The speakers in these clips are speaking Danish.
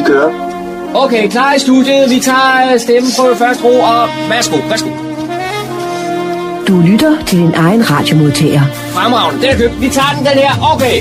kører. Okay, klar i studiet. Vi tager stemmen på første ro, og værsgo. Du lytter til din egen radiomodtager. Fremragende, den er købt. Vi tager den her. Okay.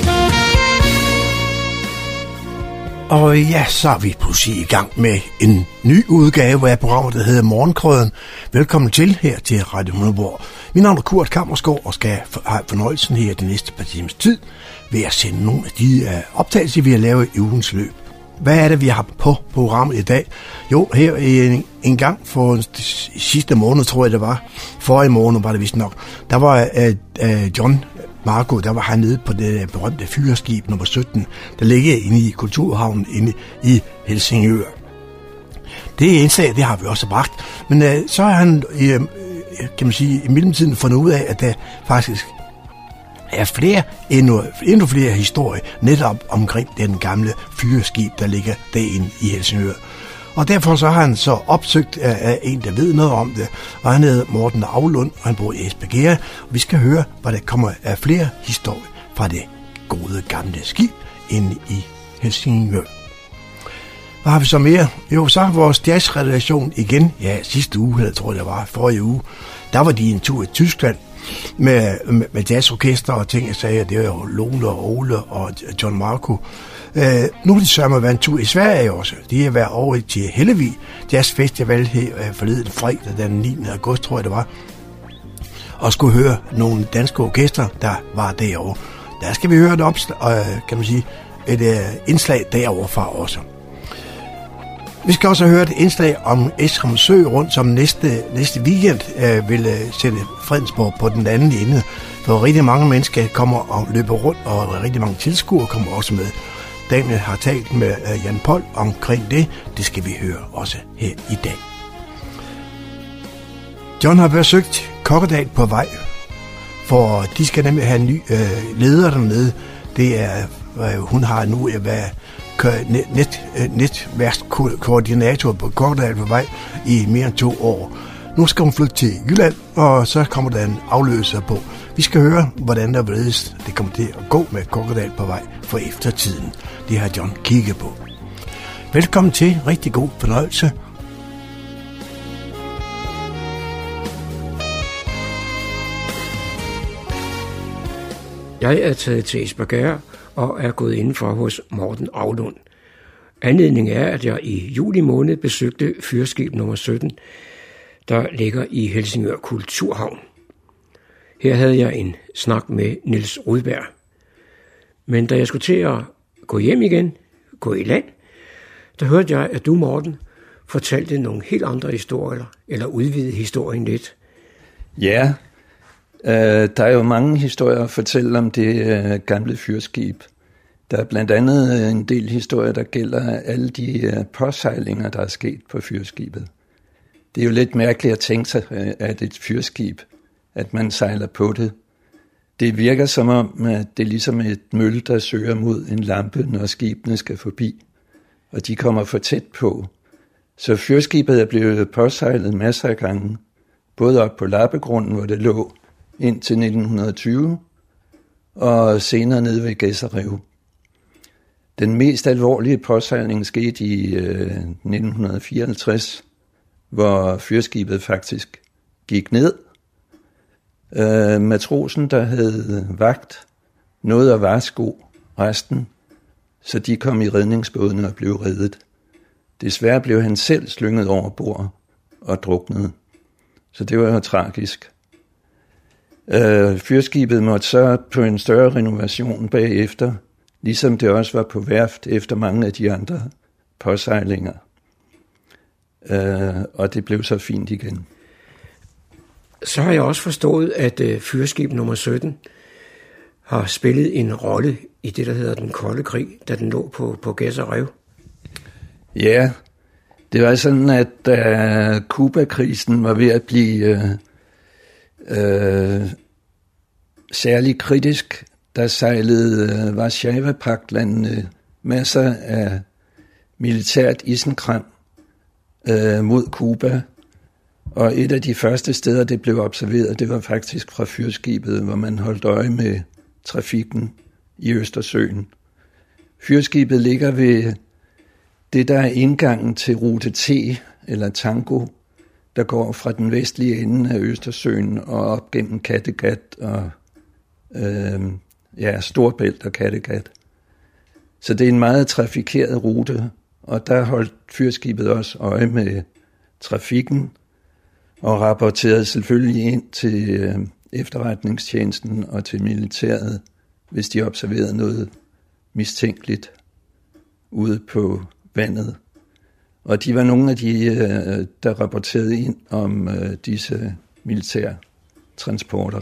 Og ja, så er vi pludselig i gang med en ny udgave af programmet, der hedder Morgenkrøden. Velkommen til her til Radio Humleborg. Mit navn er Kurt Kammersgaard, og skal have fornøjelsen her de næste par timers tid ved at sende nogle af de optagelser, vi har lavet i ugens løb. Hvad er det, vi har på programmet i dag? Jo, her en gang for sidste måned, tror jeg det var. Forrige måned var det vist nok. Der var John Marco, der var han nede på det berømte fyrskib nummer 17, der ligger inde i Kulturhavnen inde i Helsingør. Det indslag, det har vi også bragt. Men så har han, kan man sige, i mellemtiden fundet ud af, at der faktisk er endnu flere historier netop omkring den gamle fyrskib, der ligger derinde i Helsingør. Og derfor så har han så opsøgt af en, der ved noget om det, og han hedder Morten Aulund, og han bor i Esbjerg. Vi skal høre, hvad der kommer af flere historier fra det gode gamle skib inde i Helsingør. Hvad har vi så mere? Jo, så har vores jazzredaktion igen, ja, sidste uge, eller tror jeg det var, forrige uge, der var de en tur i Tyskland med jazzorkester og ting, jeg sagde, det var jo Lone og Ole og John Marco. Nu er de sørger været en tur i Sverige også. De har været over til Hellevig Jazz Festival her forleden fredag den 9. august, tror jeg det var, og skulle høre nogle danske orkester, der var derovre. Der skal vi høre et indslag derovre fra også. Vi skal også høre et indslag om Esrum Sø rundt, som næste weekend vil sætte Fredensborg på den anden ende. For rigtig mange mennesker kommer og løber rundt, og rigtig mange tilskuere kommer også med. Daniel har talt med Jan Poll omkring det. Det skal vi høre også her i dag. John har besøgt Kokkedal på vej, for de skal nemlig have en ny leder dernede. Det er, hun har nu været netværkskoordinator på Kokkedal på vej i mere end 2 år. Nu skal hun flytte til Jylland, og så kommer der en afløser på. Vi skal høre, hvordan det kommer til at gå med Kokkedal på vej for eftertiden. Det har John kigget på. Velkommen til. Rigtig god fornøjelse. Jeg er taget til Esbjerg og er gået indenfor hos Morten Aulund. Anledningen er, at jeg i juli måned besøgte fyrskib nummer 17, der ligger i Helsingør Kulturhavn. Her havde jeg en snak med Niels Rudberg. Men da jeg skulle til at gå hjem igen, gå i land, der hørte jeg, at du, Morten, fortalte nogle helt andre historier, eller udvidede historien lidt. Ja, der er jo mange historier at fortælle om det gamle fyrskib. Der er blandt andet en del historier, der gælder alle de påsejlinger, der er sket på fyrskibet. Det er jo lidt mærkeligt at tænke sig, at et fyrskib, at man sejler på det. Det virker som om, at det er ligesom et møl, der søger mod en lampe, når skibene skal forbi, og de kommer for tæt på. Så fyrskibet er blevet påsejlet masser af gange, både op på Lappegrunden, hvor det lå indtil 1920, og senere nede ved Gæsserrev. Den mest alvorlige påsejling skete i 1954, hvor fyrskibet faktisk gik ned. Matrosen, der havde vagt, nåede at varsko resten, så de kom i redningsbådene og blev reddet. Desværre blev han selv slynget over bord og druknede, så det var jo tragisk. Fyrskibet måtte så på en større renovation bagefter, ligesom det også var på værft efter mange af de andre påsejlinger. Og det blev så fint igen. Så har jeg også forstået, at fyrskib nummer 17 har spillet en rolle i det, der hedder den kolde krig, da den lå på Gæsserrev. Ja, det var sådan, at da Cuba-krisen var ved at blive særlig kritisk, der sejlede Warszawa-pagtlandene masser af militært isenkram mod Cuba. Og et af de første steder, det blev observeret, det var faktisk fra fyrskibet, hvor man holdt øje med trafikken i Østersøen. Fyrskibet ligger ved Det der er indgangen til rute T, eller Tango, der går fra den vestlige ende af Østersøen og op gennem Kattegat og Storebælt og Kattegat. Så det er en meget trafikeret rute, og der holdt fyrskibet også øje med trafikken og rapporterede selvfølgelig ind til efterretningstjenesten og til militæret, hvis de observerede noget mistænkeligt ude på vandet. Og de var nogle af de, der rapporterede ind om disse militære transporter.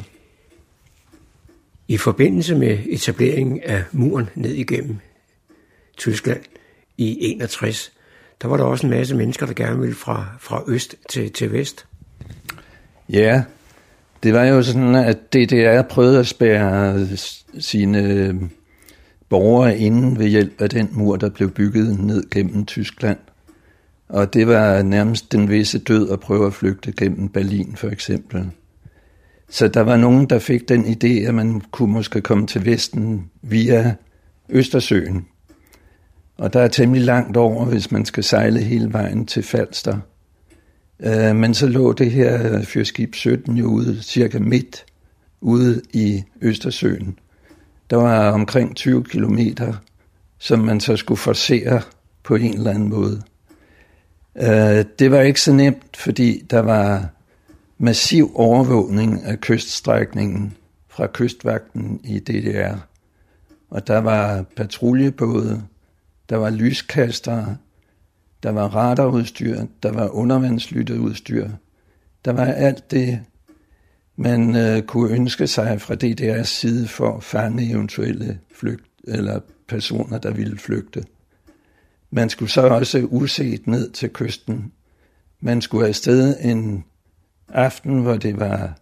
I forbindelse med etableringen af muren ned igennem Tyskland i 61, der var der også en masse mennesker, der gerne ville fra øst til vest. Ja, det var jo sådan, at DDR prøvede at spærre sine borgere inde ved hjælp af den mur, der blev bygget ned gennem Tyskland. Og det var nærmest den visse død at prøve at flygte gennem Berlin for eksempel. Så der var nogen, der fik den idé, at man kunne måske komme til Vesten via Østersøen. Og der er temmelig langt over, hvis man skal sejle hele vejen til Falster. Men så lå det her fyrskib 17 jo ude, cirka midt ude i Østersøen. Der var omkring 20 kilometer, som man så skulle forcere på en eller anden måde. Det var ikke så nemt, fordi der var massiv overvågning af kyststrækningen fra kystvagten i DDR. Og der var patruljebåde, der var lyskastere, der var radarudstyr, der var undervandslytteudstyr. Der var alt det, man kunne ønske sig fra DDR's side for at fange eventuelle flygt eller personer, der ville flygte. Man skulle så også uset ned til kysten. Man skulle afsted en aften, hvor det var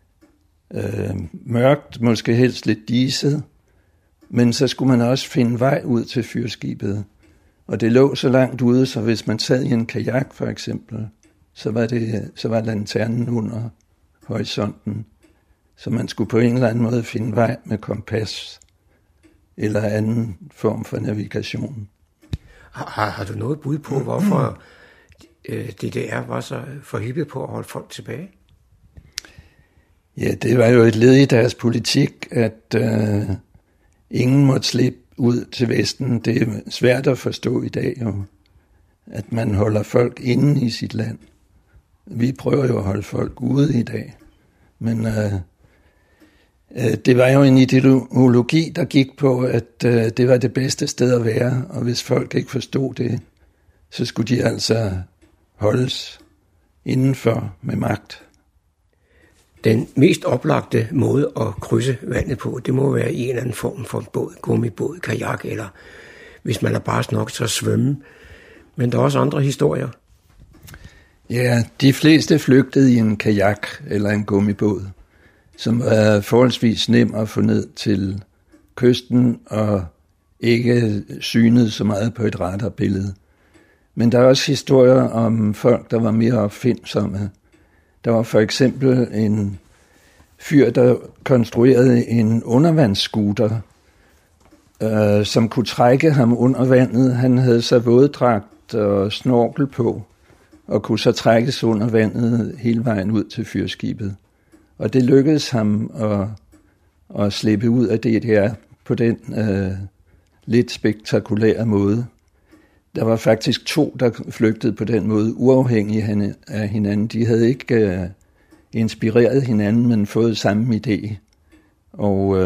mørkt, måske helst lidt diset, men så skulle man også finde vej ud til fyrskibet. Og det lå så langt ude, så hvis man sad i en kajak for eksempel, så var lanternen under horisonten. Så man skulle på en eller anden måde finde vej med kompas eller anden form for navigation. Har du noget bud på, hvorfor DDR var så forhippet på at holde folk tilbage? Ja, det var jo et led i deres politik, at ingen måtte slippe ud til Vesten. Det er svært at forstå i dag jo, at man holder folk inde i sit land. Vi prøver jo at holde folk ude i dag, men det var jo en ideologi, der gik på, at det var det bedste sted at være, og hvis folk ikke forstod det, så skulle de altså holdes indenfor med magt. Den mest oplagte måde at krydse vandet på, det må være i en eller anden form for båd, gummibåd, kajak, eller hvis man er barsk nok til at svømme. Men der er også andre historier. Ja, de fleste flygtede i en kajak eller en gummibåd, som var forholdsvis nem at få ned til kysten og ikke synede så meget på et radarbillede. Men der er også historier om folk, der var mere opfindsomme. Der var for eksempel en fyr, der konstruerede en undervandsscooter, som kunne trække ham under vandet. Han havde så våddragt og snorkel på, og kunne så trækkes under vandet hele vejen ud til fyrskibet. Og det lykkedes ham at slippe ud af DDR på den lidt spektakulære måde. Der var faktisk 2, der flygtede på den måde, uafhængige af hinanden. De havde ikke inspireret hinanden, men fået samme idé. Og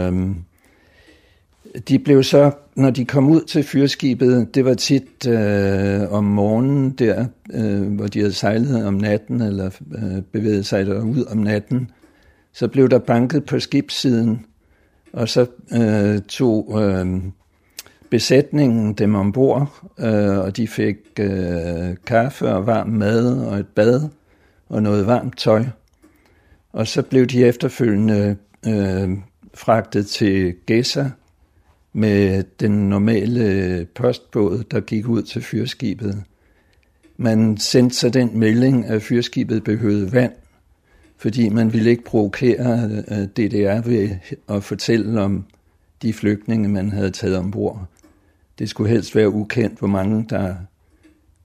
de blev så, når de kom ud til fyrskibet, det var tit om morgenen der, hvor de havde sejlet om natten, eller bevæget sig derud om natten, så blev der banket på skibssiden, og så tog besætningen dem ombord, og de fik kaffe og varm mad og et bad og noget varmt tøj. Og så blev de efterfølgende fragtet til Gedser med den normale postbåd, der gik ud til fyrskibet. Man sendte så den melding, at fyrskibet behøvede vand, fordi man ville ikke provokere DDR ved at fortælle om de flygtninge, man havde taget ombord. Det skulle helst være ukendt, hvor mange der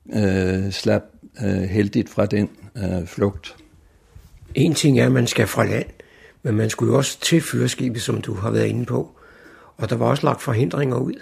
slap heldigt fra den flugt. En ting er, at man skal fra land, men man skulle jo også til fyrskibet, som du har været inde på. Og der var også lagt forhindringer ud.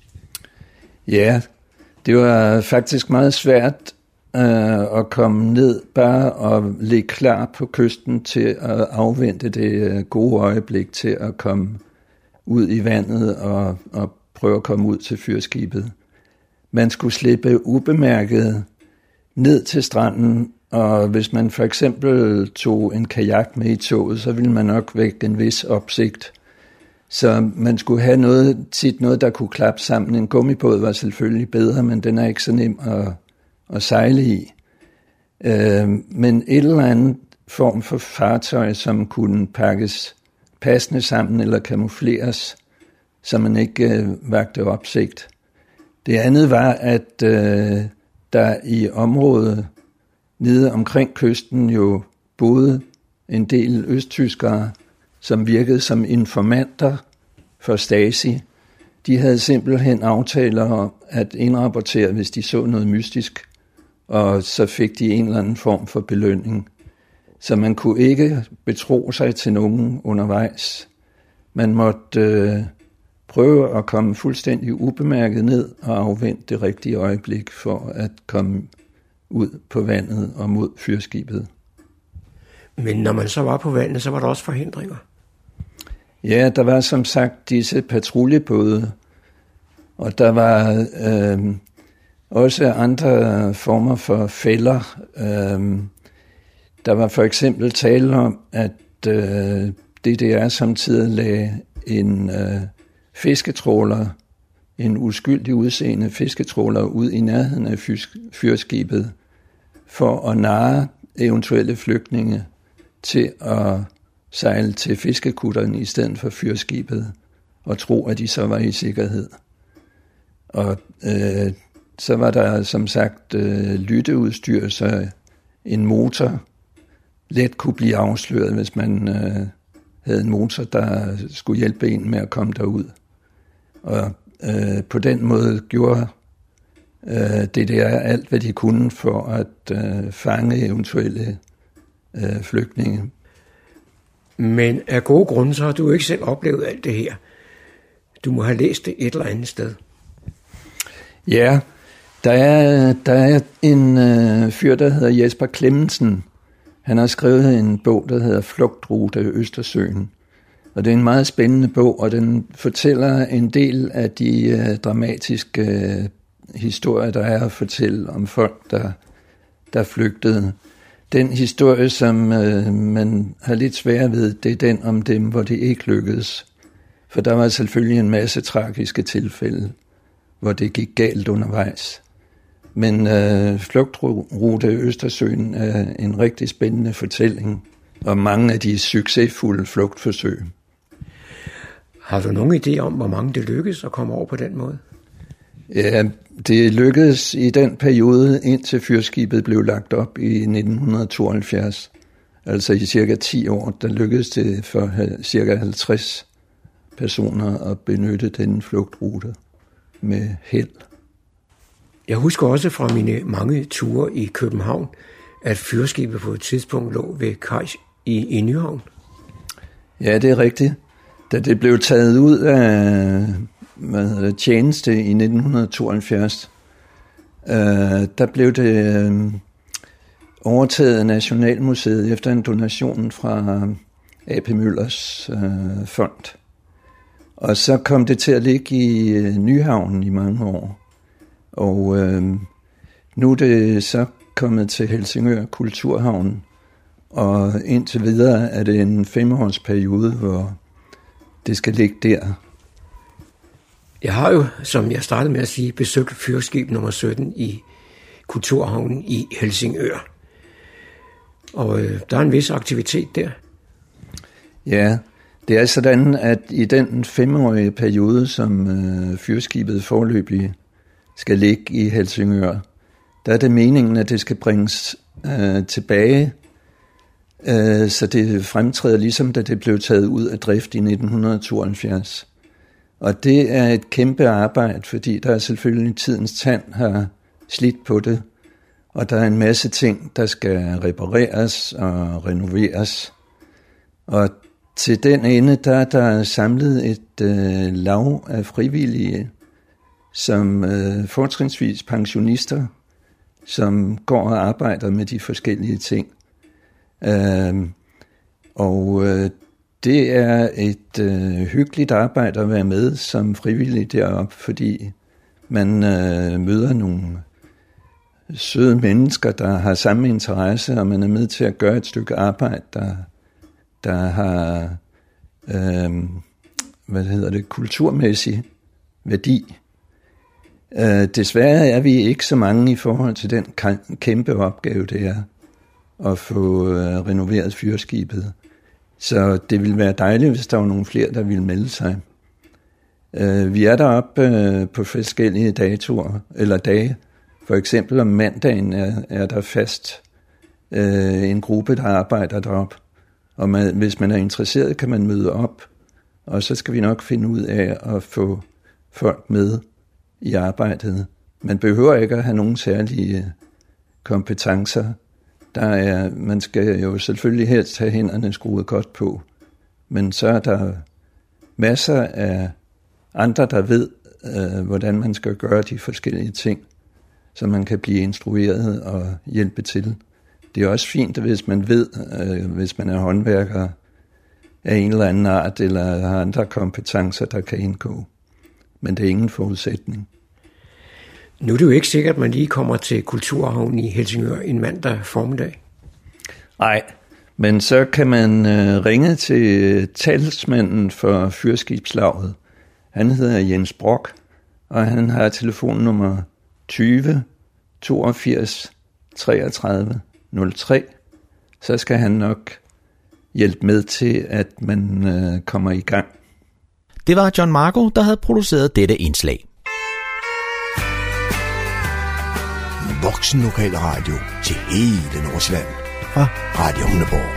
Ja, det var faktisk meget svært at komme ned bare og ligge klar på kysten til at afvente det gode øjeblik til at komme ud i vandet og prøve at komme ud til fyrskibet. Man skulle slippe ubemærket ned til stranden, og hvis man for eksempel tog en kajak med i toget, så ville man nok vække en vis opsigt. Så man skulle have noget, der kunne klappe sammen. En gummibåd var selvfølgelig bedre, men den er ikke så nem at sejle i. Men et eller andet form for fartøj, som kunne pakkes passende sammen eller kamufleres, så man ikke vagte opsigt. Det andet var, at der i området nede omkring kysten jo boede en del østtyskere, som virkede som informanter for Stasi. De havde simpelthen aftaler om at indrapportere, hvis de så noget mystisk, og så fik de en eller anden form for belønning. Så man kunne ikke betro sig til nogen undervejs. Man måtte prøve at komme fuldstændig ubemærket ned og afvente det rigtige øjeblik for at komme ud på vandet og mod fyrskibet. Men når man så var på vandet, så var der også forhindringer. Ja, der var som sagt disse patruljebåde, og der var også andre former for fælder. Der var for eksempel tale om, at DDR samtidig lagde en fisketråler, en uskyldig udseende fisketråler ud i nærheden af fyrskibet for at narre eventuelle flygtninge til at sejle til fiskekutteren i stedet for fyrskibet og tro, at de så var i sikkerhed. Og så var der som sagt lytteudstyr, så en motor let kunne blive afsløret, hvis man havde en motor, der skulle hjælpe en med at komme derud. Og på den måde gjorde DDR alt, hvad de kunne for at fange eventuelle flygtninge. Men af gode grunde, så har du ikke selv oplevet alt det her. Du må have læst det et eller andet sted. Ja, der er en fyr, der hedder Jesper Clemmensen. Han har skrevet en bog, der hedder Flugtrute Østersøen. Og det er en meget spændende bog, og den fortæller en del af de dramatiske historier, der er at fortælle om folk, der flygtede. Den historie, som man har lidt svært ved, det er den om dem, hvor det ikke lykkedes. For der var selvfølgelig en masse tragiske tilfælde, hvor det gik galt undervejs. Men Flugtrute Østersøen er en rigtig spændende fortælling om mange af de succesfulde flugtforsøg. Har du nogen idé om, hvor mange det lykkedes at komme over på den måde? Ja, det lykkedes i den periode, indtil fyrskibet blev lagt op i 1972. Altså i cirka 10 år, der lykkedes det for cirka 50 personer at benytte den flugtrute med held. Jeg husker også fra mine mange ture i København, at fyrskibet på et tidspunkt lå ved kaj i Nyhavn. Ja, det er rigtigt. Da det blev taget ud af tjeneste i 1972, der blev det overtaget af Nationalmuseet efter en donation fra A.P. Møllers fond. Og så kom det til at ligge i Nyhavn i mange år. Og nu er det så kommet til Helsingør Kulturhavn, og indtil videre er det en 5-årsperiode, hvor det skal ligge der. Jeg har jo, som jeg startede med at sige, besøgt fyrskib nummer 17 i Kulturhavnen i Helsingør. Og der er en vis aktivitet der. Ja, det er sådan, at i den 5-årige periode, som fyrskibet foreløbig skal ligge i Helsingør, der er det meningen, at det skal bringes tilbage, så det fremtræder ligesom, da det blev taget ud af drift i 1972. Og det er et kæmpe arbejde, fordi der er selvfølgelig tidens tand har slidt på det. og der er en masse ting, der skal repareres og renoveres. Og til den ende, der er der samlet et lav af frivillige, som fortrinsvis pensionister, som går og arbejder med de forskellige ting. Det er et hyggeligt arbejde at være med som frivillig deroppe, fordi man møder nogle søde mennesker, der har samme interesse, og man er med til at gøre et stykke arbejde, der har kulturmæssig værdi. Desværre er vi ikke så mange i forhold til den kæmpe opgave, det er at få renoveret fyrskibet. Så det ville være dejligt, hvis der var nogle flere, der ville melde sig. Vi er deroppe på forskellige datoer, eller dage. For eksempel om mandagen er der fast en gruppe, der arbejder deroppe. Og hvis man er interesseret, kan man møde op. Og så skal vi nok finde ud af at få folk med i arbejdet. Man behøver ikke at have nogen særlige kompetencer. Man skal jo selvfølgelig helst have hænderne skruet godt på. Men så er der masser af andre, der ved, hvordan man skal gøre de forskellige ting, så man kan blive instrueret og hjælpe til. Det er også fint, hvis man ved, hvis man er håndværker af en eller anden art, eller har andre kompetencer, der kan indgå. Men det er ingen forudsætning. Nu er det jo ikke sikkert, at man lige kommer til Kulturhavn i Helsingør en mandag formiddag. Nej, men så kan man ringe til talsmanden for fyrskibslaget. Han hedder Jens Brock, og han har telefonnummer 20 82 33 03. Så skal han nok hjælpe med til, at man kommer i gang. Det var John Marco, der havde produceret dette indslag. Voksen lokal radio til hele Nordsjælland fra Radio Humleborg.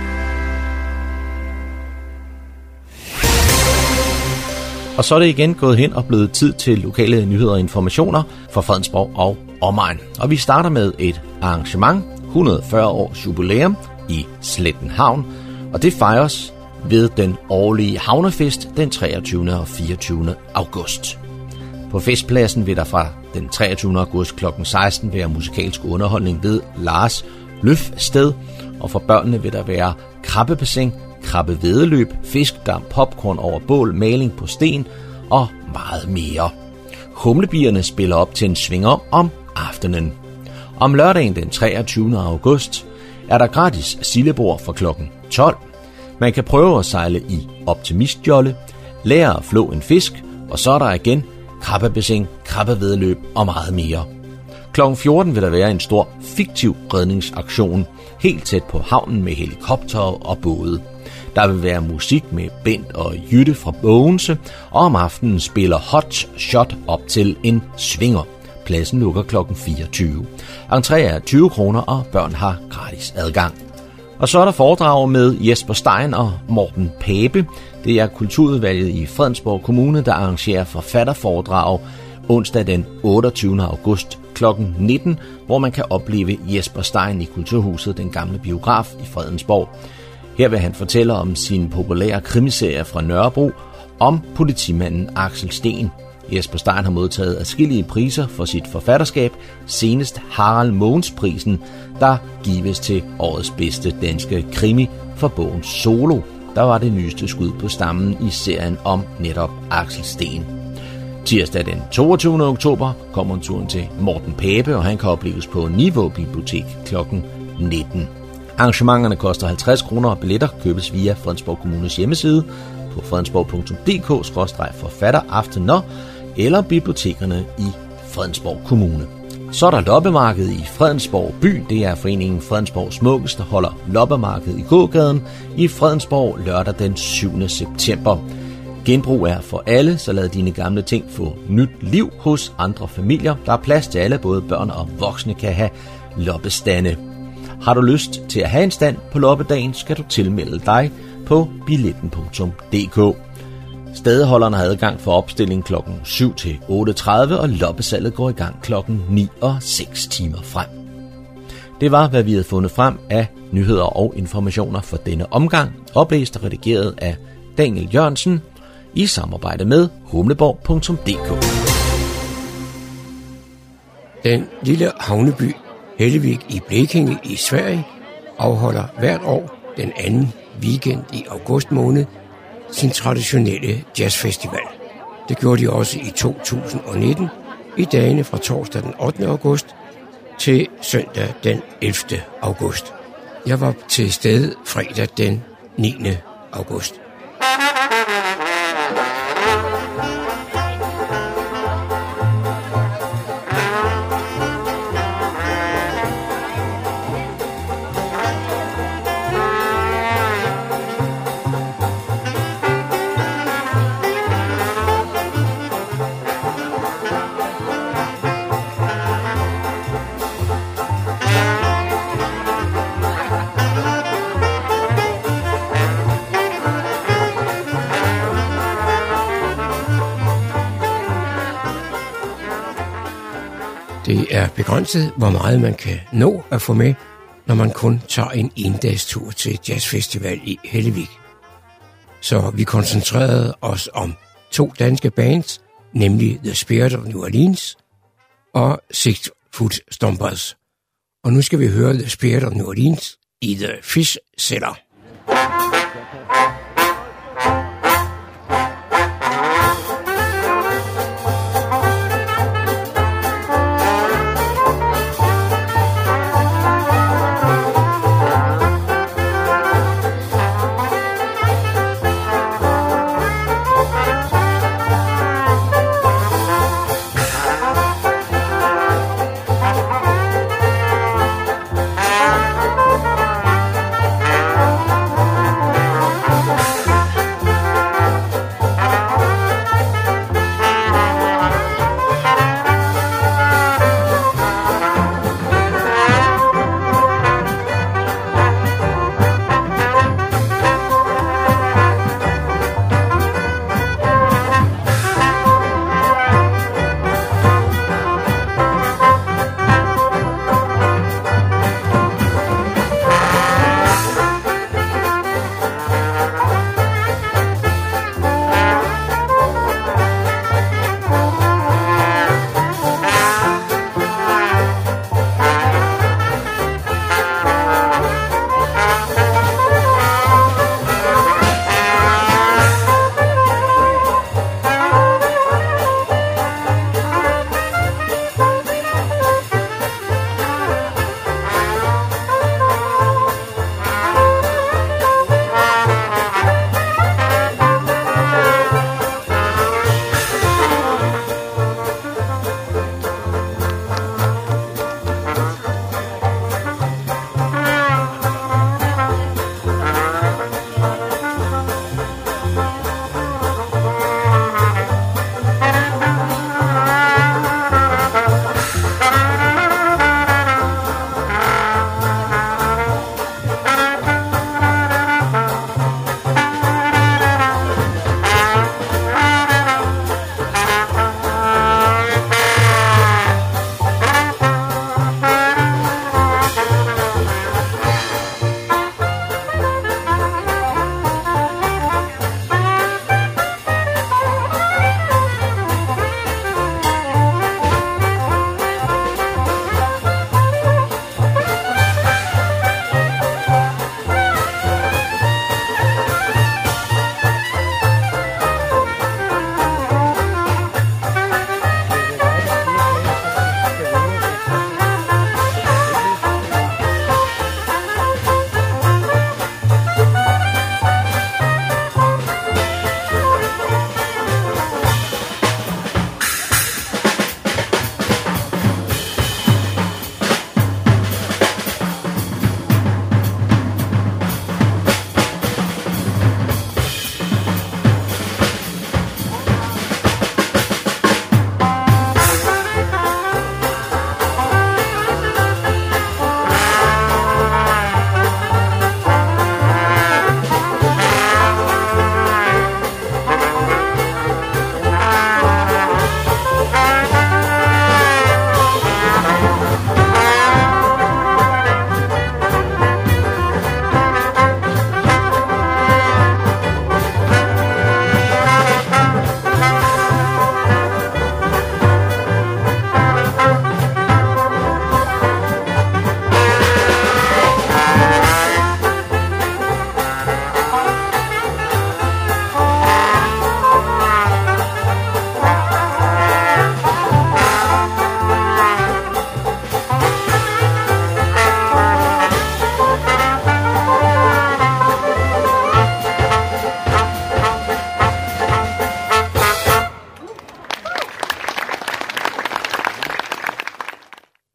Og så er det igen gået hen og blevet tid til lokale nyheder og informationer fra Fredensborg og omegn. Og vi starter med et arrangement, 140 års jubilæum i Slettenhavn, og det fejres ved den årlige havnefest den 23. og 24. august. På festpladsen vil der fra den 23. august kl. 16 være musikalsk underholdning ved Lars Løfsted, og for børnene vil der være krabbebassin, krabbevædeløb, fiskdam, popcorn over bål, maling på sten og meget mere. Humlebierne spiller op til en svingom om aftenen. Om lørdagen den 23. august er der gratis sildebord fra kl. 12. Man kan prøve at sejle i optimistjolle, lære at flå en fisk, og så er der igen krabbebassin, krabbevædeløb og meget mere. Kl. 14 vil der være en stor fiktiv redningsaktion helt tæt på havnen med helikoptere og både. Der vil være musik med Bent og Jytte fra Bogense, og om aftenen spiller Hot Shot op til en svinger. Pladsen lukker kl. 24. Entré er 20 kroner, og børn har gratis adgang. Og så er der foredrag med Jesper Stein og Morten Pape. Det er Kulturudvalget i Fredensborg Kommune, der arrangerer forfatterforedrag onsdag den 28. august kl. 19, hvor man kan opleve Jesper Stein i Kulturhuset, den gamle biograf i Fredensborg. Her vil han fortælle om sin populære krimiserie fra Nørrebro om politimanden Axel Steen. Jesper Stein har modtaget adskillige priser for sit forfatterskab, senest Harald Mogens-prisen, der gives til årets bedste danske krimi for bogen Solo. Der var det nyeste skud på stammen i serien om netop Axel Steen. Tirsdag den 22. oktober kommer turen til Morten Pape, og han kan opleves på Niveau Bibliotek kl. 19. Arrangementerne koster 50 kroner, og billetter købes via Fredensborg Kommunes hjemmeside på fredensborg.dk/forfatteraftener eller bibliotekerne i Fredensborg Kommune. Så er der loppemarked i Fredensborg by. Det er foreningen Fredensborg Smukkes, der holder loppemarked i gågaden i Fredensborg lørdag den 7. september. Genbrug er for alle, så lad dine gamle ting få nyt liv hos andre familier. Der er plads til alle, både børn og voksne kan have loppestande. Har du lyst til at have en stand på loppedagen, skal du tilmelde dig på billetten.dk. Stadeholderne har adgang for opstilling kl. 7 til 8.30, og loppesalget går i gang kl. 9 og 6 timer frem. Det var, hvad vi havde fundet frem af nyheder og informationer for denne omgang, oplæst og redigeret af Daniel Jørgensen i samarbejde med humleborg.dk. Den lille havneby Hellevik i Blekinge i Sverige afholder hvert år den anden weekend i august måned sin traditionelle jazzfestival. Det gjorde de også i 2019, i dagene fra torsdag den 8. august til søndag den 11. august. Jeg var til stede fredag den 9. august. Det er begrænset, hvor meget man kan nå at få med, når man kun tager en endagstur til jazzfestival i Hellevik. Så vi koncentrerede os om 2 danske bands, nemlig The Spirit of New Orleans og Six Foot Stompers. Og nu skal vi høre The Spirit of New Orleans i The Fish Seller.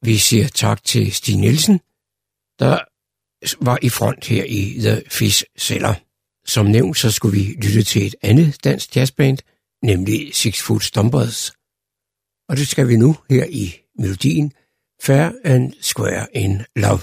vi siger tak til Stig Nielsen, der var i front her i The Fish Cellar. Som nævnt, så skulle vi lytte til et andet dansk jazzband, nemlig Six Foot Stompers. Og det skal vi nu her i melodien Fair and Square in Love.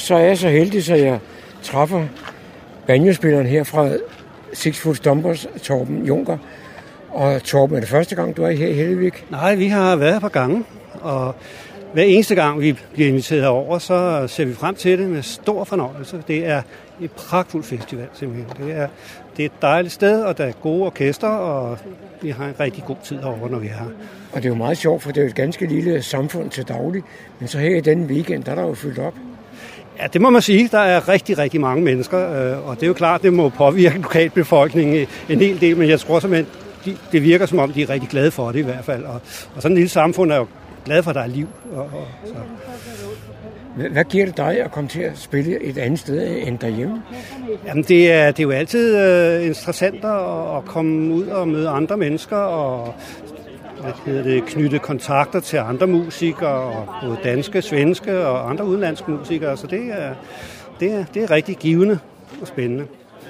så er jeg så heldig, så jeg træffer banjospilleren her fra Six Foot Stompers, Torben Junker. Og Torben, er det første gang, du er her i Hellevik? Nej, vi har været her par gange, og hver eneste gang, vi bliver inviteret over, så ser vi frem til det med stor fornøjelse. Det er et pragtfuldt festival, simpelthen. Det er et dejligt sted, og der er gode orkester, og vi har en rigtig god tid herovre, når vi er her. Og det er jo meget sjovt, for det er jo et ganske lille samfund til daglig. Men så her i denne weekend, der er der jo fyldt op. Ja, det må man sige. Der er rigtig, rigtig mange mennesker, og det er jo klart, det må påvirke lokalbefolkningen en hel del, men jeg tror simpelthen, det virker som om, de er rigtig glade for det i hvert fald. Og sådan et lille samfund er jo glad for, at der er liv. Så. Hvad giver det dig at komme til at spille et andet sted end derhjemme? Jamen, det er jo altid interessant at komme ud og møde andre mennesker og knytte kontakter til andre musikere, både danske, svenske og andre udenlandske musikere. Så det er rigtig givende og spændende.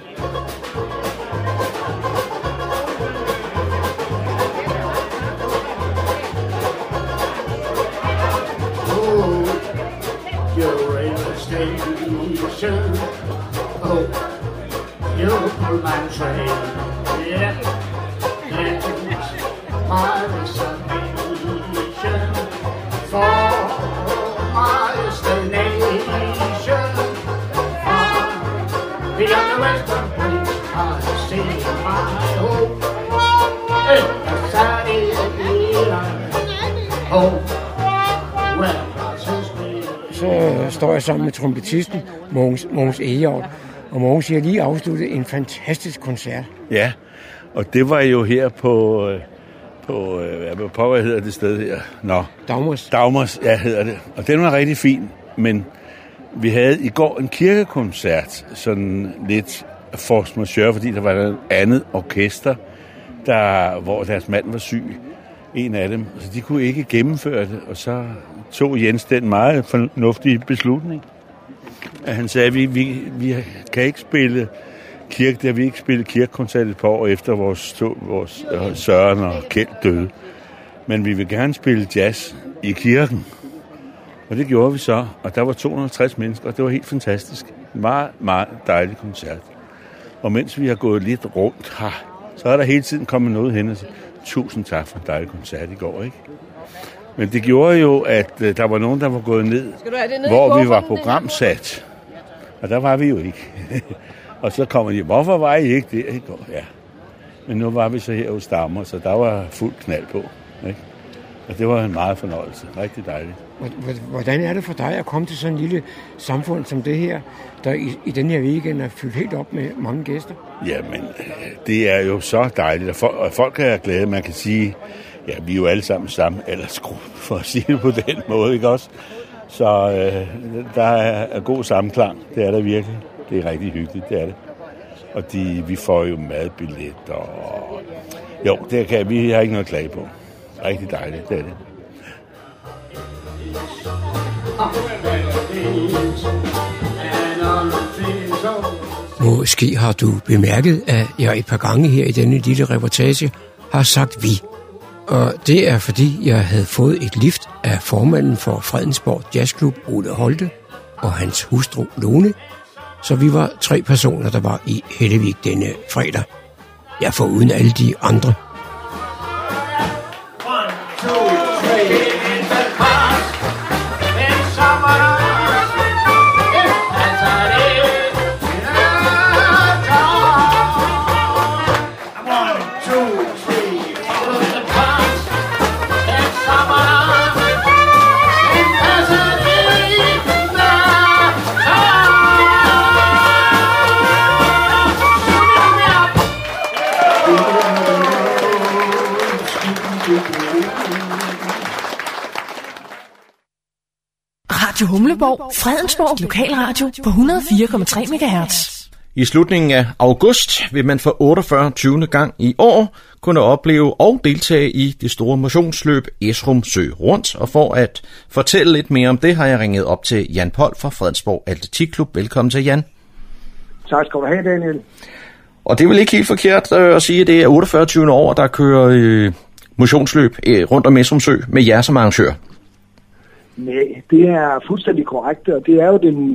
Oh, you'll pull my train, yeah, and my destination for my destination beyond the western place, I see my hope, and the side is home, where så står jeg sammen med trompetisten Mogens Egehjort, og Mogens har lige afsluttet en fantastisk koncert. Ja, og det var jo her på hvad hedder det sted her? Dagmars, ja, hedder det. Og den var rigtig fin, men vi havde i går en kirkekoncert, sådan lidt force majeure, fordi der var et andet orkester, hvor deres mand var syg, en af dem, så de kunne ikke gennemføre det, og så tog Jens den meget fornuftige beslutning. At han sagde, at vi kan ikke spille kirke, det har vi ikke spillet kirkekoncert et par år efter vores Søren og Kjeld døde. Men vi vil gerne spille jazz i kirken. Og det gjorde vi så, og der var 250 mennesker, og det var helt fantastisk. En meget, meget dejlig koncert. Og mens vi har gået lidt rundt her, så er der hele tiden kommet noget hen og sige, tusind tak for en dejlig koncert i går, ikke? Men det gjorde jo, at der var nogen, der var gået ned, hvor vi var programsat. Og der var vi jo ikke. Og så kommer de, hvorfor var I ikke der i går? Ja. Men nu var vi så her hos Dagmar, så der var fuld knald på. Ikke? Og det var en meget fornøjelse. Rigtig dejligt. Hvordan er det for dig at komme til sådan en lille samfund som det her, der i den her weekend er fyldt helt op med mange gæster? Jamen, det er jo så dejligt, og folk er glade. Man kan sige, ja, vi er jo alle sammen samme aldersgruppe, for at sige det på den måde, ikke også? Så der er god sammenklang, det er der virkelig. Det er rigtig hyggeligt, det er det. Og vi får jo madbilletter, og jo, vi har ikke noget at klage på. Rigtig dejligt, det er det. Måske har du bemærket, at jeg et par gange her i denne lille reportage har sagt vi. Og det er fordi, jeg havde fået et lift af formanden for Fredensborg Jazzklub, Ole Holte, og hans hustru Lone. Så vi var 3 personer, der var i Hellevik denne fredag. Jeg får uden alle de andre. Radio Humleborg, Fredensborg Lokalradio på 104,3 MHz. I slutningen af august vil man for 48. gang i år kunne opleve og deltage i det store motionsløb Esrum Sø Rundt. Og for at fortælle lidt mere om det, har jeg ringet op til Jan Poll fra Fredensborg Atletikklub. Velkommen til, Jan. Tak skal du have, Daniel. Og det er vel ikke helt forkert at sige, at det er 48. år, der kører motionsløb rundt om Esrum Sø med jer som arrangør? Nej, det er fuldstændig korrekt, og det er jo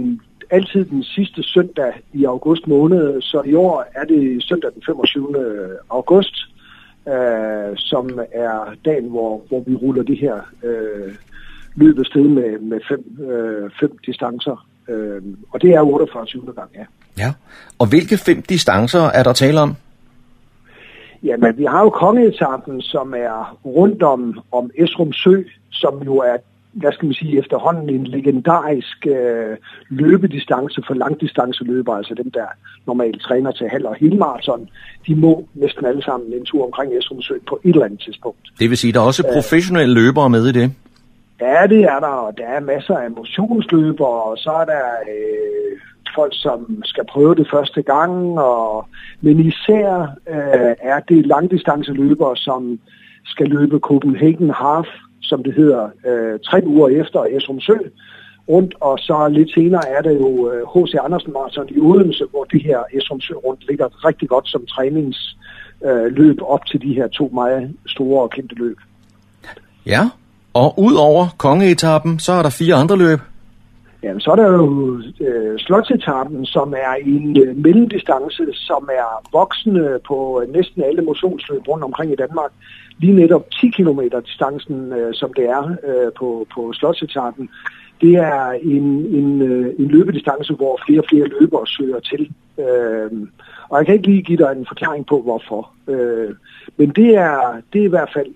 altid den sidste søndag i august måned, så i år er det søndag den 25. august, som er dagen, hvor vi ruller det her løb afsted med fem distancer. Og det er 48. gang, ja. Ja, og hvilke 5 distancer er der tale om? Jamen, vi har jo kongeetappen, som er rundt om Esrum Sø, som jo er, hvad skal man sige, efterhånden en legendarisk løbedistance for langdistanceløbere, altså dem, der normalt træner til halv- og helmaraton. De må næsten alle sammen en tur omkring Esrum Sø på et eller andet tidspunkt. Det vil sige, at der er også professionelle løbere med i det? Ja, det er der, og der er masser af motionsløbere, og så er der folk, som skal prøve det første gang, men især er det langdistanceløbere, som skal løbe Copenhagen Half, som det hedder, 3 uger efter Esrum Sø rundt, og så lidt senere er det jo H.C. Andersen Marathon i Odense, hvor det her Esrum Sø rundt ligger rigtig godt som træningsløb op til de her 2 meget store og kendte løb. Ja, og ud over kongeetappen, så er der 4 andre løb. Jamen, så er der jo slotsetappen, som er en mellemdistance, som er voksende på næsten alle motionsløb rundt omkring i Danmark. Lige netop 10 km distancen, som det er på slotsetappen, det er en løbedistance, hvor flere og flere løbere søger til. Og jeg kan ikke lige give dig en forklaring på, hvorfor. Men det er i hvert fald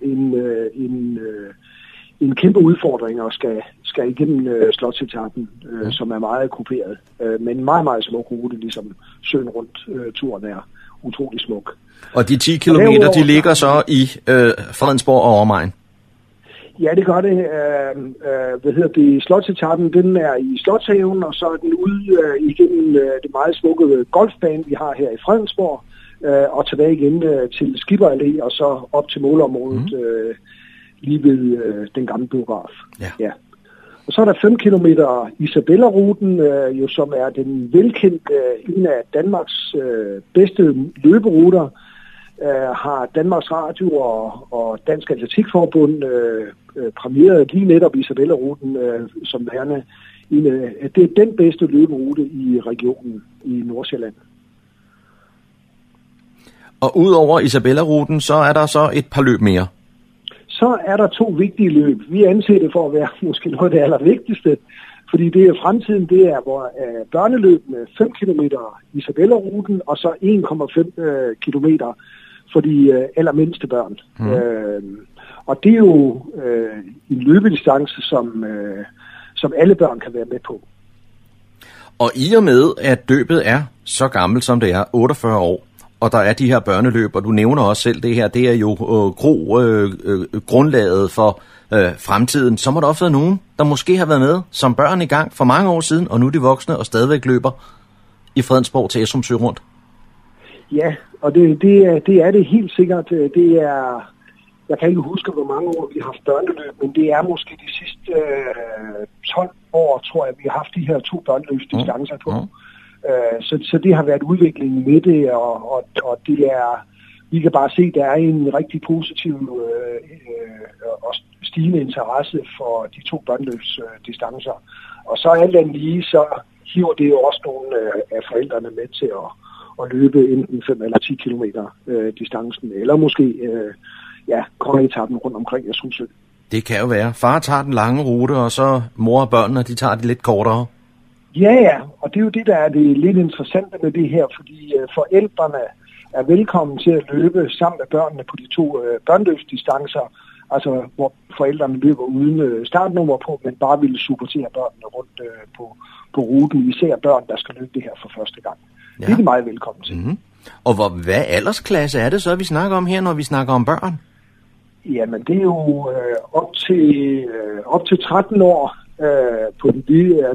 en kæmpe udfordring og skal igennem slotsetappen, som er meget kuperet. Men en meget, meget smuk rute, ligesom søen rundt turen er utrolig smuk. Og de 10 kilometer, de ligger så i Fredensborg og omegn? Ja, det gør det. Slotsetappen, den er i Slotshaven, og så er den ude igennem det meget smukke golfbane, vi har her i Fredensborg, og tilbage igen til Skipper Allé, og så op til målområdet lige ved den gamle biograf. Ja. Og så er der 5 kilometer Isabella-ruten, jo som er den velkendte, en af Danmarks bedste løberuter, har Danmarks Radio og Dansk Atletikforbund præmieret lige netop Isabella-ruten som værende det er den bedste løberute i regionen i Nordsjælland. Og udover Isabella-ruten, så er der så et par løb mere. Så er der 2 vigtige løb. Vi anser det for at være måske noget af det allervigtigste, fordi det er fremtiden, det er hvor børneløb med 5 km Isabella-ruten, og så 1,5 kilometer for de allermindste børn. Og det er jo en løbedistance, som alle børn kan være med på. Og i og med, at løbet er så gammelt, som det er, 48 år, og der er de her børneløb, og du nævner også selv det her, det er jo grundlaget for fremtiden. Så må der også være nogen, der måske har været med som børn i gang for mange år siden, og nu er de voksne og stadigvæk løber i Fredensborg til Esrum Sø rundt. Ja, og det er det helt sikkert. Det er, jeg kan ikke huske, hvor mange år vi har haft børneløb, men det er måske de sidste 12 år, tror jeg, vi har haft de her 2 børneløbsdistancer på. Så det har været udviklingen med det, og det er, vi kan bare se, at der er en rigtig positiv og stigende interesse for de 2 børneløbsdistancer. Og så alt andet lige, så hiver det jo også nogle af forældrene med til at løbe enten 5 eller 10 kilometer distancen, eller måske kongeetappen rundt omkring Esrum Sø. Det kan jo være. Far tager den lange rute, og så mor og børnene, de tager det lidt kortere. Ja, og det er jo det, der er det lidt interessante med det her, fordi forældrene er velkommen til at løbe sammen med børnene på de 2 børneløbsdistancer, altså hvor forældrene løber uden startnummer på, men bare vil supportere børnene rundt på ruten, især børn, der skal løbe det her for første gang. Ja. Det er de meget velkommen til. Mm-hmm. Og hvad aldersklasse er det så, vi snakker om her, når vi snakker om børn? Jamen, det er jo op til 13 år på de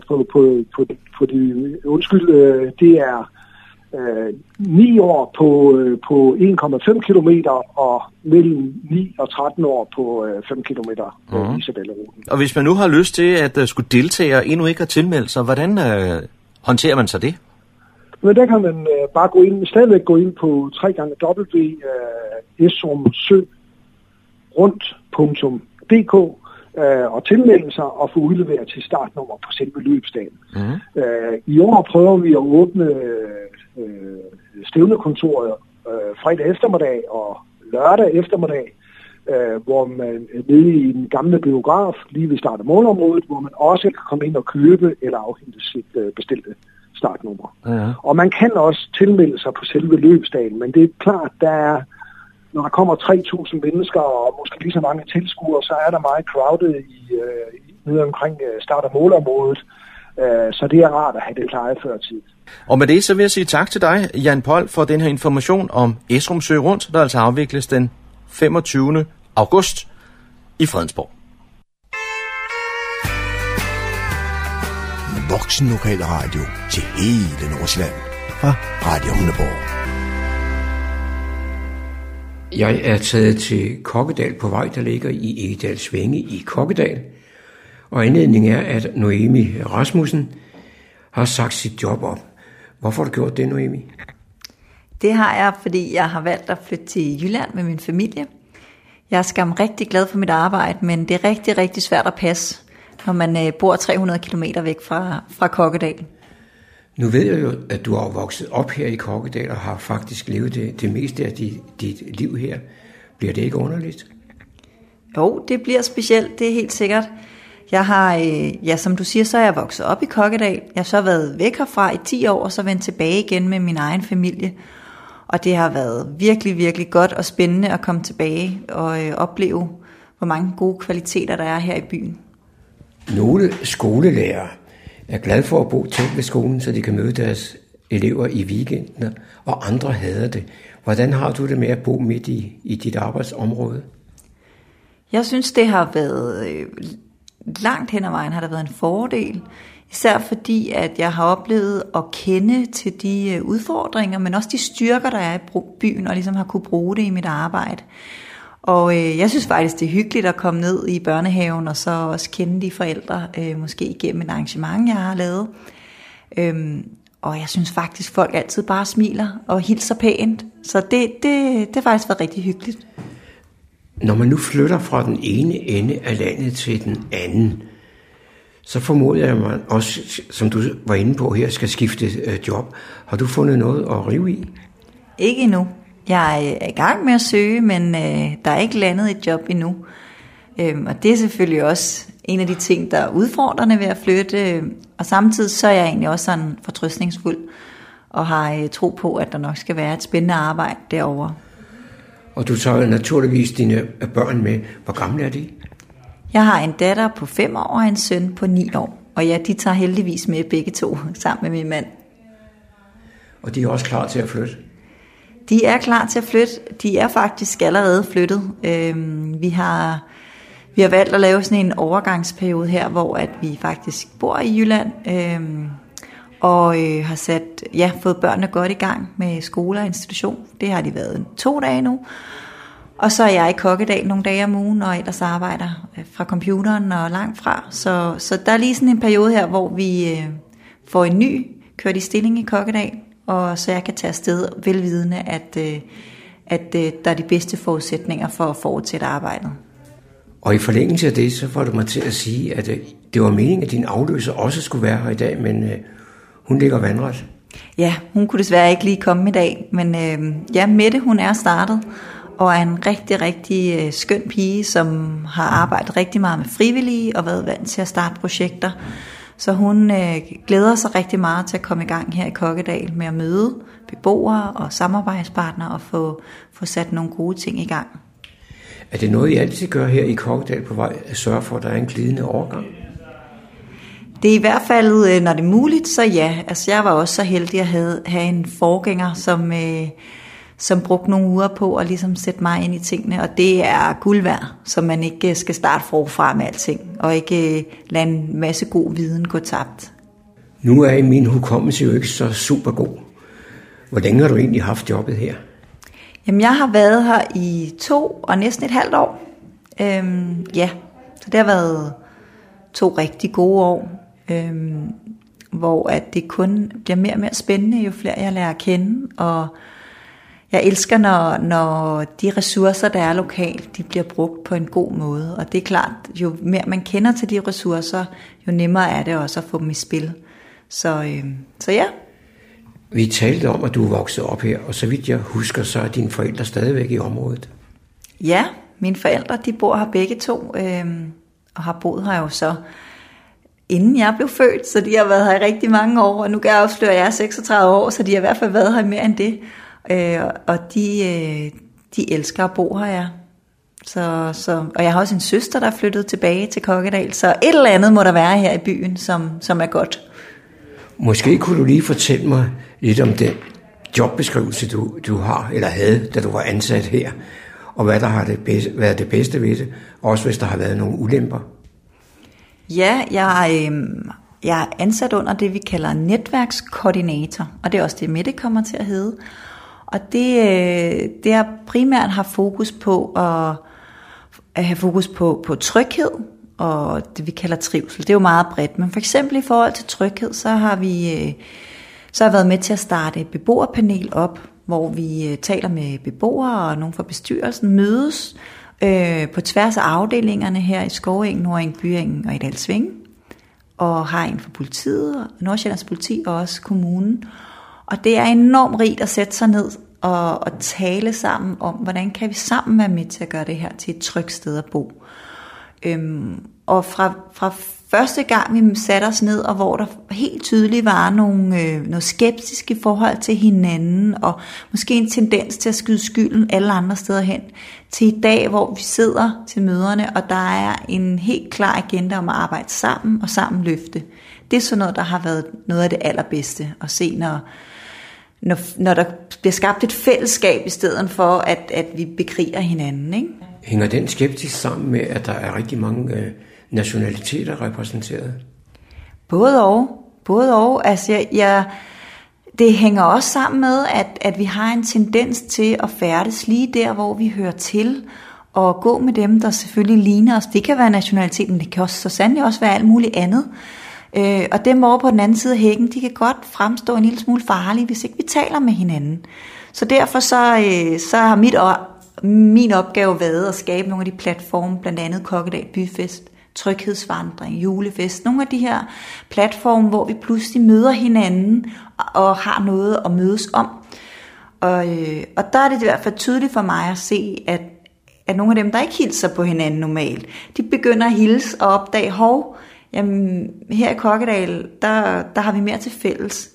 det er 9 år på 1,5 kilometer og mellem 9 og 13 år på 5 kilometer Isabella-ruten. Og hvis man nu har lyst til at skulle deltage og endnu ikke har tilmeldt sig, hvordan håndterer man så det? Men der kan man bare stadigvæk gå ind på www.esrumsørundt.dk, og tilmelde sig og få udleveret til startnummer på selve løbsdagen. I år prøver vi at åbne stævnekontoret fredag eftermiddag og lørdag eftermiddag, hvor man nede i den gamle biograf, lige ved start af målområdet, hvor man også kan komme ind og købe eller afhente sit bestilte startnummer. Ja. Og man kan også tilmelde sig på selve løbsdagen, men det er klart, når der kommer 3.000 mennesker og måske lige så mange tilskuere, så er der meget crowded nede omkring start af målområdet. Så det er rart at have det klaret før tid. Og med det så vil jeg sige tak til dig, Jan Poll, for den her information om Esrumsø Rundt, der altså afvikles den 25. august i Fredensborg. Voksen lokal radio til hele Nordsjælland fra Radio Humleborg. Jeg er taget til Kokkedal på vej, der ligger i Egedalsvænge i Kokkedal. Og anledningen er, at Noemi Rasmussen har sagt sit job op. Hvorfor har du gjort det, Noemi? Det har jeg, fordi jeg har valgt at flytte til Jylland med min familie. Jeg er skam rigtig glad for mit arbejde, men det er rigtig, rigtig svært at passe, når man bor 300 km væk fra Kokkedal. Nu ved jeg jo, at du har vokset op her i Kokkedal og har faktisk levet det meste af dit liv her. Bliver det ikke underligt? Jo, det bliver specielt, det er helt sikkert. Jeg har, som du siger, så er jeg vokset op i Kokkedal. Jeg har så været væk herfra i 10 år, og så vendt tilbage igen med min egen familie. Og det har været virkelig, virkelig godt og spændende at komme tilbage og opleve, hvor mange gode kvaliteter der er her i byen. Nogle skolelærere er glade for at bo tæt ved skolen, så de kan møde deres elever i weekenden, og andre hader det. Hvordan har du det med at bo midt i dit arbejdsområde? Jeg synes, det har været langt hen ad vejen har der været en fordel. Især fordi, at jeg har oplevet at kende til de udfordringer, men også de styrker, der er i byen, og ligesom har kunne bruge det i mit arbejde. Og jeg synes faktisk, det er hyggeligt at komme ned i børnehaven, og så også kende de forældre, måske igennem et arrangement, jeg har lavet. Og jeg synes faktisk, folk altid bare smiler og hilser pænt. Så det har faktisk været rigtig hyggeligt. Når man nu flytter fra den ene ende af landet til den anden, så formoder jeg, at man også, som du var inde på her, skal skifte job. Har du fundet noget at rive i? Ikke endnu. Jeg er i gang med at søge, men der er ikke landet et job endnu. Og det er selvfølgelig også en af de ting, der er udfordrende ved at flytte. Og samtidig så er jeg egentlig også sådan fortrøstningsfuld og har tro på, at der nok skal være et spændende arbejde derovre. Og du tager naturligvis dine børn med. Hvor gamle er de? Jeg har en datter på 5 år og en søn på 9 år. Og ja, de tager heldigvis med begge to sammen med min mand. Og de er også klar til at flytte? De er klar til at flytte. De er faktisk allerede flyttet. Vi har valgt at lave sådan en overgangsperiode her, hvor at vi faktisk bor i Jylland. Og har fået børnene godt i gang med skole og institution. Det har de været 2 dage nu. Og så er jeg i Kokkedal nogle dage om ugen, og ellers arbejder fra computeren og langt fra. Så der er lige sådan en periode her, hvor vi får en ny kørt i stilling i Kokkedal, og så jeg kan tage afsted velvidende, at der er de bedste forudsætninger for at fortsætte arbejdet. Og i forlængelse af det, så får du mig til at sige, at det var meningen, at din afløser også skulle være her i dag, men hun ligger vandret. Ja, hun kunne desværre ikke lige komme i dag, men Mette, hun er startet, og er en rigtig, rigtig skøn pige, som har arbejdet rigtig meget med frivillige og været vant til at starte projekter. Så hun glæder sig rigtig meget til at komme i gang her i Kokkedal med at møde beboere og samarbejdspartnere og få sat nogle gode ting i gang. Er det noget, I altid gør her i Kokkedal på vej at sørge for, at der er en glidende overgang? Det er i hvert fald, når det er muligt, så ja. Altså, jeg var også så heldig at have en forgænger, som brugte nogle uger på at ligesom sætte mig ind i tingene, og det er guld værd, så man ikke skal starte forfra med alting, og ikke lade en masse god viden gå tabt. Nu er min hukommelse jo ikke så super god. Hvor længe har du egentlig haft jobbet her? Jamen, jeg har været her i 2 og næsten et halvt år. Så det har været 2 rigtig gode år, hvor at det kun bliver mere og mere spændende, jo flere jeg lærer at kende, og Jeg elsker, når de ressourcer, der er lokalt, de bliver brugt på en god måde. Og det er klart, jo mere man kender til de ressourcer, jo nemmere er det også at få dem i spil. Så ja. Vi talte om, at du er vokset op her, og så vidt jeg husker, så er dine forældre stadigvæk i området. Ja, mine forældre, de bor her begge to, og har boet her jo så, inden jeg blev født, så de har været her i rigtig mange år, og nu kan jeg afsløre, at jeg er 36 år, så de har i hvert fald været her mere end det. Og de elsker at bo her, ja. Og jeg har også en søster, der er flyttet tilbage til Kokkedal, så et eller andet må der være her i byen, som er godt. Måske kunne du lige fortælle mig lidt om den jobbeskrivelse, du har eller havde, da du var ansat her, og hvad der har været det bedste ved det, også hvis der har været nogle ulemper. Ja, jeg er ansat under det, vi kalder netværkskoordinator, og det er også det, Mette kommer til at hedde. Og det er primært har fokus på at have fokus på tryghed, og det vi kalder trivsel. Det er jo meget bredt, men for eksempel i forhold til tryghed, så har jeg været med til at starte et beboerpanel op, hvor vi taler med beboere og nogen fra bestyrelsen, mødes på tværs af afdelingerne her i Skovengen, Nordeng, Byengen og i Dalsvinge, og har en for politiet, Nordsjællands politi og også kommunen. Og det er enormt rigt at sætte sig ned og tale sammen om, hvordan kan vi sammen være med til at gøre det her til et trygt sted at bo. Og fra første gang vi satte os ned, og hvor der helt tydeligt var noget skeptisk i forhold til hinanden, og måske en tendens til at skyde skylden alle andre steder hen, til i dag, hvor vi sidder til møderne, og der er en helt klar agenda om at arbejde sammen og sammen løfte. Det er sådan noget, der har været noget af det allerbedste at se, når der bliver skabt et fællesskab i stedet for, at vi bekriger hinanden, ikke? Hænger den skeptisk sammen med, at der er rigtig mange nationaliteter repræsenteret? Både og. Altså, det hænger også sammen med, at vi har en tendens til at færdes lige der, hvor vi hører til, og gå med dem, der selvfølgelig ligner os. Det kan være nationalitet, men det kan også så sandelig også være alt muligt andet. Og dem over på den anden side af hækken, de kan godt fremstå en lille smule farlige, hvis ikke vi taler med hinanden. Så derfor så har min opgave været at skabe nogle af de platforme, blandt andet Kokkedal Byfest, Tryghedsvandring, Julefest, nogle af de her platforme, hvor vi pludselig møder hinanden og har noget at mødes om. Og der er det i hvert fald tydeligt for mig at se, at nogle af dem, der ikke hilser på hinanden normalt, de begynder at hilse og opdage, jamen, her i Kokkedal, der har vi mere til fælles.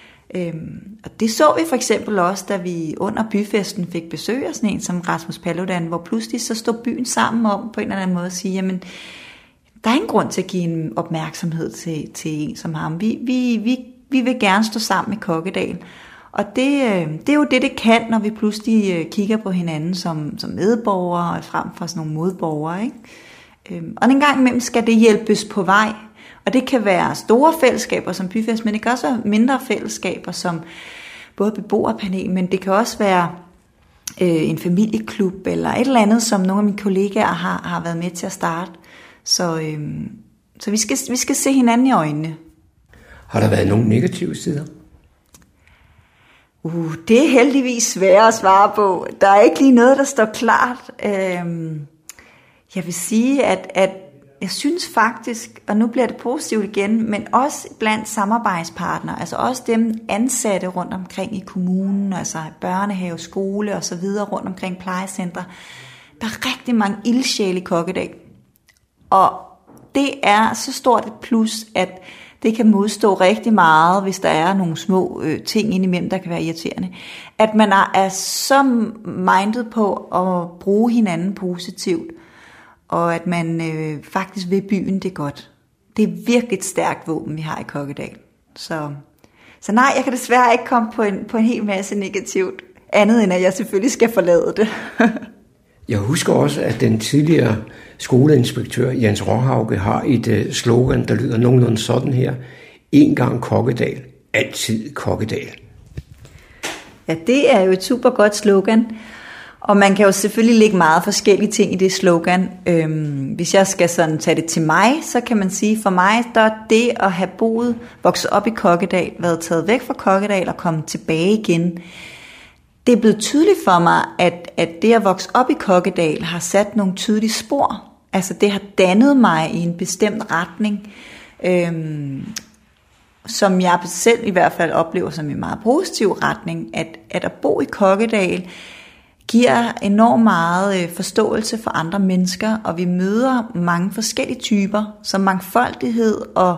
Og det så vi for eksempel også, da vi under byfesten fik besøg af sådan en som Rasmus Paludan, hvor pludselig så stod byen sammen om på en eller anden måde at sige, jamen, der er ingen grund til at give en opmærksomhed til en som ham. Vi vil gerne stå sammen i Kokkedal. Og det er jo det kan, når vi pludselig kigger på hinanden som medborgere og frem for sådan nogle modborgere, ikke? Og en gang imellem skal det hjælpes på vej. Og det kan være store fællesskaber som byfest, men det kan også være mindre fællesskaber som både beboerpanel, men det kan også være en familieklub eller et eller andet, som nogle af mine kollegaer har været med til at starte. Så vi skal se hinanden i øjnene. Har der været nogle negative sider? Det er heldigvis svært at svare på. Der er ikke lige noget, der står klart. Jeg vil sige, at jeg synes faktisk, og nu bliver det positivt igen, men også blandt samarbejdspartnere, altså også dem ansatte rundt omkring i kommunen, altså børnehave, skole og så videre rundt omkring plejecentre. Der er rigtig mange ildsjæle i Kokkedal. Og det er så stort et plus, at det kan modstå rigtig meget, hvis der er nogle små ting indimellem, der kan være irriterende. At man er så minded på at bruge hinanden positivt, og at man faktisk vil byen det godt. Det er virkelig et stærkt våben, vi har i Kokkedal. Så nej, jeg kan desværre ikke komme på en hel masse negativt, andet end at jeg selvfølgelig skal forlade det. Jeg husker også, at den tidligere skoleinspektør Jens Råhauke har et slogan, der lyder nogenlunde sådan her: en gang Kokkedal, altid Kokkedal. Ja, det er jo et super godt slogan. Og man kan jo selvfølgelig lægge meget forskellige ting i det slogan. Hvis jeg skal sådan tage det til mig, så kan man sige, for mig, der er det at have vokset op i Kokkedal, været taget væk fra Kokkedal og kommet tilbage igen. det er blevet tydeligt for mig, at det at vokse op i Kokkedal har sat nogle tydelige spor. Altså det har dannet mig i en bestemt retning, som jeg selv i hvert fald oplever som en meget positiv retning, at bo i Kokkedal giver enormt meget forståelse for andre mennesker, og vi møder mange forskellige typer, som mangfoldighed og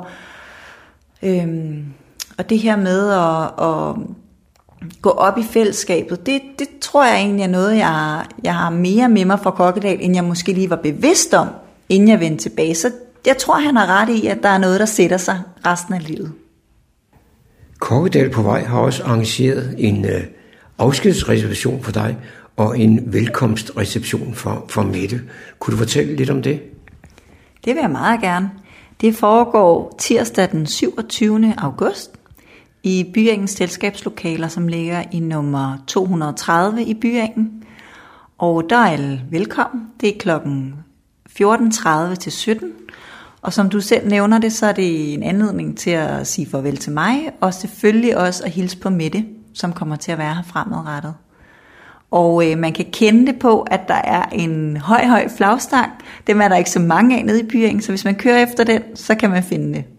det her med at gå op i fællesskabet, det tror jeg egentlig er noget, jeg har mere med mig fra Kokkedal, end jeg måske lige var bevidst om, inden jeg vendte tilbage. Så jeg tror, han har ret i, at der er noget, der sætter sig resten af livet. Kokkedal på vej har også arrangeret en afskedsreception for dig, og en velkomstreception for Mette. Kunne du fortælle lidt om det? Det vil jeg meget gerne. Det foregår tirsdag den 27. august i Byengens selskabslokaler, som ligger i nummer 230 i Byengen. Og der er alle velkommen. Det er klokken 14.30 til 17. Og som du selv nævner det, så er det en anledning til at sige farvel til mig, og selvfølgelig også at hilse på Mette, som kommer til at være her fremadrettet. Og man kan kende det på, at der er en høj flagstang. Dem er der ikke så mange af nede i Byengen, så hvis man kører efter den, så kan man finde det.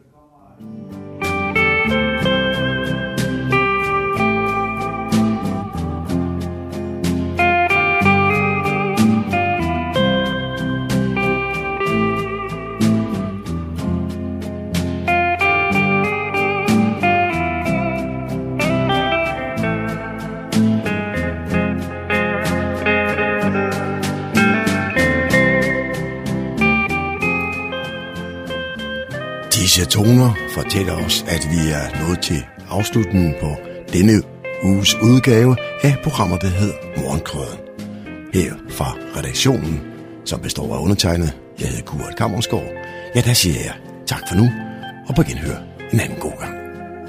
Disse toner fortæller os, at vi er nået til afslutningen på denne uges udgave af programmet, der hedder Morgenkrøden. Her fra redaktionen, som består af undertegnet, jeg hedder Kurt Kammersgaard. Ja, der siger jeg tak for nu, og på genhør en anden god gang.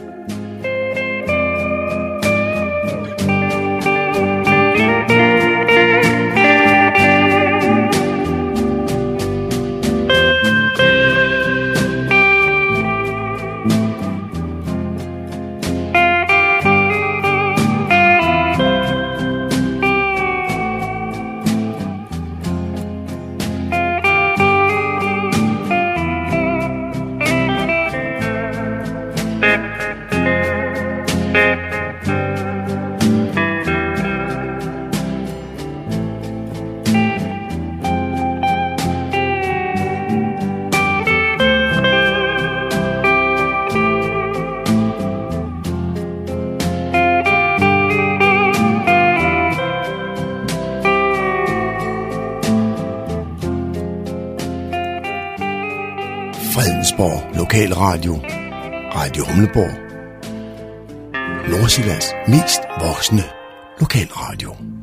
Fredensborg Lokalradio, Radio Humleborg, Nordsjællands mest voksne lokalradio.